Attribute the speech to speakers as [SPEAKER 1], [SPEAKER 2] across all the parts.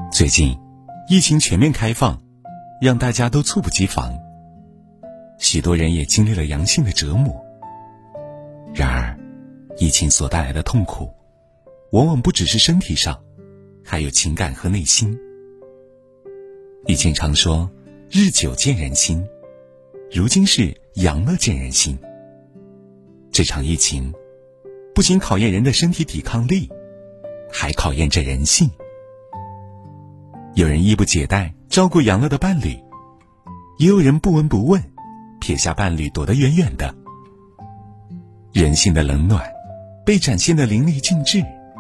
[SPEAKER 1] 最近疫情全面开放，让大家都猝不及防，许多人也经历了阳性的折磨。然而疫情所带来的痛苦往往不只是身体上，还有情感和内心。以前常说日久见人心，如今是阳了见人心。这场疫情不仅考验人的身体抵抗力，还考验着人性。有人衣不解带照顾阳了的伴侣，也有人不闻不问撇下伴侣躲得远远的。人性的冷暖被展现得淋漓尽致。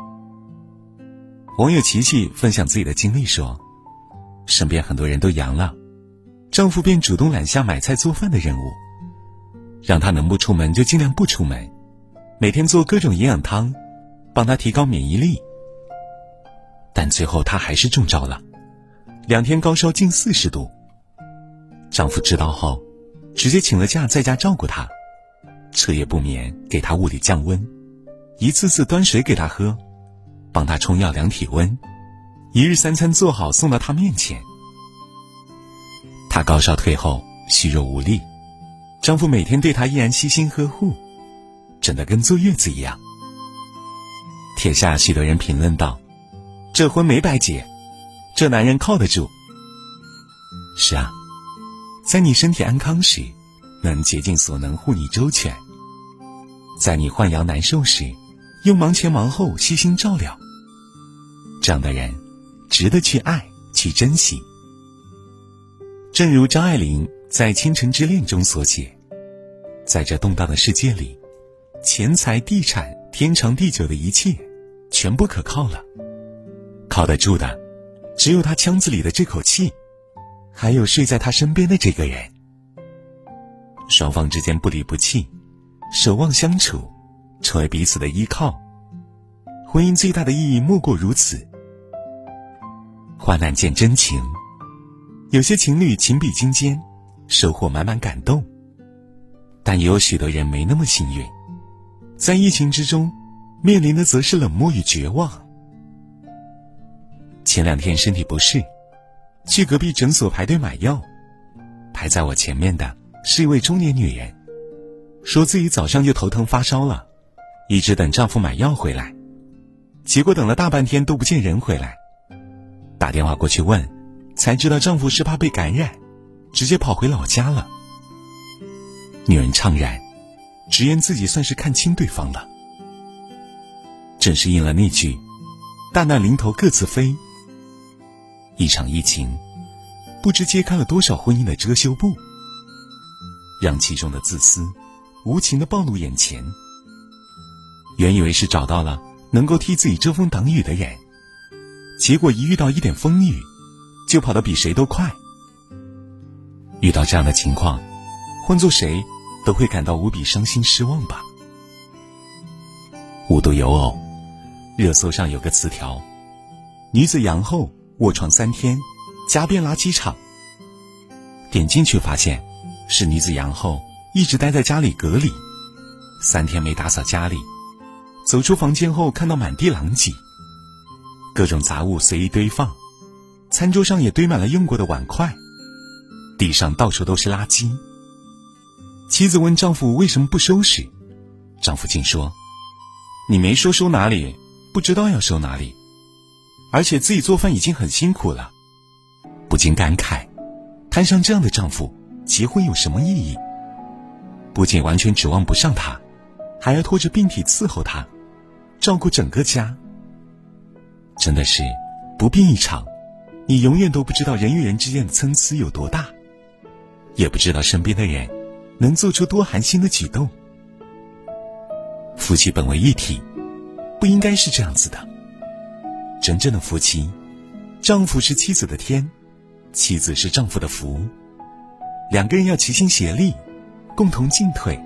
[SPEAKER 1] 网友琪琪分享自己的经历说，身边很多人都阳了，丈夫便主动揽下买菜做饭的任务，让她能不出门就尽量不出门，每天做各种营养汤，帮她提高免疫力。但最后她还是中招了，2天高烧近40度。丈夫知道后直接请了假在家照顾她，彻夜不眠给她物理降温，一次次端水给她喝，帮她冲药量体温，1日3餐做好送到她面前。她高烧退后虚弱无力，丈夫每天对她依然悉心呵护，整得跟坐月子一样。帖下许多人评论道，这婚没白结，这男人靠得住。是啊，在你身体安康时能竭尽所能护你周全，在你患阳难受时又忙前忙后悉心照料，这样的人值得去爱去珍惜。正如张爱玲在《倾城之恋》中所写，在这动荡的世界里，钱财地产天长地久的一切全不可靠了，靠得住的只有他腔子里的这口气，还有睡在他身边的这个人。双方之间不离不弃，守望相处，成为彼此的依靠。婚姻最大的意义莫过如此。患难见真情，有些情侣情比金坚，收获满满感动，但也有许多人没那么幸运，在疫情之中面临的则是冷漠与绝望。前2天身体不适，去隔壁诊所排队买药，排在我前面的是一位中年女人，说自己早上就头疼发烧了，一直等丈夫买药回来，结果等了大半天都不见人回来，打电话过去问，才知道丈夫是怕被感染，直接跑回老家了。女人怅然，直言自己算是看清对方了。正是应了那句大难临头各自飞。一场疫情不知揭开了多少婚姻的遮羞布，让其中的自私无情地暴露眼前。原以为是找到了能够替自己遮风挡雨的人，结果一遇到一点风雨就跑得比谁都快。遇到这样的情况，换做谁都会感到无比伤心失望吧。无独有偶，热搜上有个词条，女子阳后卧床3天，家变垃圾场。点进去发现是女子阳后一直待在家里隔离，3天没打扫家里，走出房间后看到满地狼藉，各种杂物随意堆放，餐桌上也堆满了用过的碗筷，地上到处都是垃圾。妻子问丈夫为什么不收拾，丈夫竟说，你没说收哪里，不知道要收哪里，而且自己做饭已经很辛苦了。不禁感慨，摊上这样的丈夫，结婚有什么意义？不仅完全指望不上他，还要拖着病体伺候他，照顾整个家。真的是不病一场，你永远都不知道人与人之间的参差有多大，也不知道身边的人能做出多寒心的举动。夫妻本为一体，不应该是这样子的。真正的夫妻，丈夫是妻子的天，妻子是丈夫的福，2个人要齐心协力，共同进退。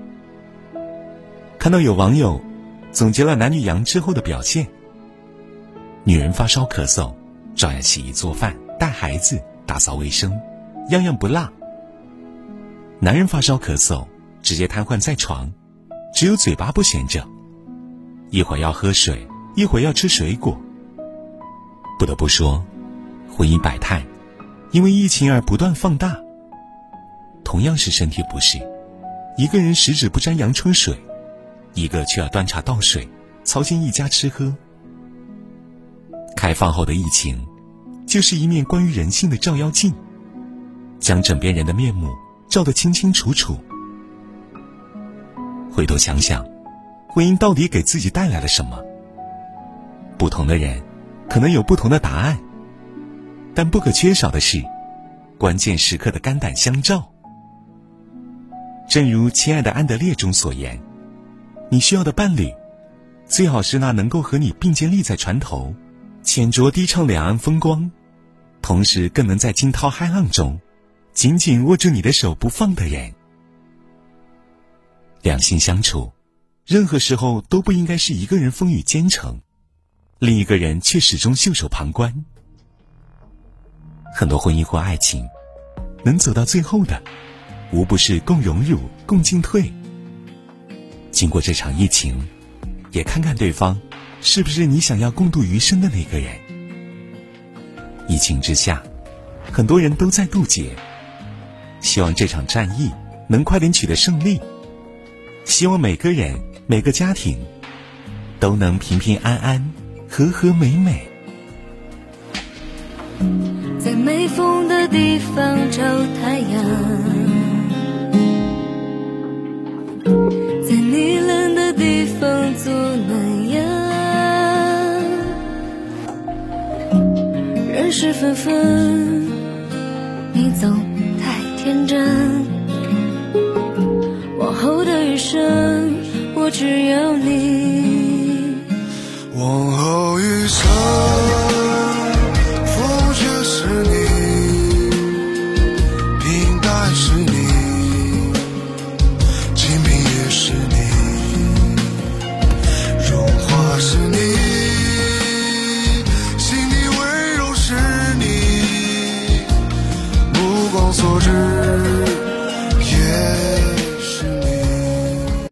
[SPEAKER 1] 看到有网友总结了男女阳之后的表现，女人发烧咳嗽，照样洗衣做饭，带孩子，打扫卫生，样样不落。男人发烧咳嗽，直接瘫痪在床，只有嘴巴不闲着，一会儿要喝水，一会儿要吃水果。不得不说， 婚姻百态因为疫情而不断放大。同样是身体不适，一个人十指不沾阳春水，一个却要端茶倒水，操心一家吃喝。开放后的疫情就是一面关于人性的照妖镜，将枕边人的面目照得清清楚楚。回头想想，婚姻到底给自己带来了什么？不同的人可能有不同的答案，但不可缺少的是关键时刻的肝胆相照。正如《亲爱的安德烈》中所言，你需要的伴侣最好是那能够和你并肩立在船头，浅酌低唱两岸风光，同时更能在惊涛骇浪中紧紧握住你的手不放的人。两性相处，任何时候都不应该是一个人风雨兼程，另一个人却始终袖手旁观。很多婚姻或爱情能走到最后的，无不是共荣辱共进退。经过这场疫情，也看看对方是不是你想要共度余生的那个人。疫情之下，很多人都在渡劫，希望这场战役能快点取得胜利，希望每个人每个家庭都能平平安安和和美美。
[SPEAKER 2] 在没风的地方找太阳，在你冷的地方做暖阳。人事纷纷，你总太天真，往后的余生我只要你。
[SPEAKER 3] 往后余生风雪是你，平淡是你，清贫也是你，荣华是你，心底温柔是你，目光所至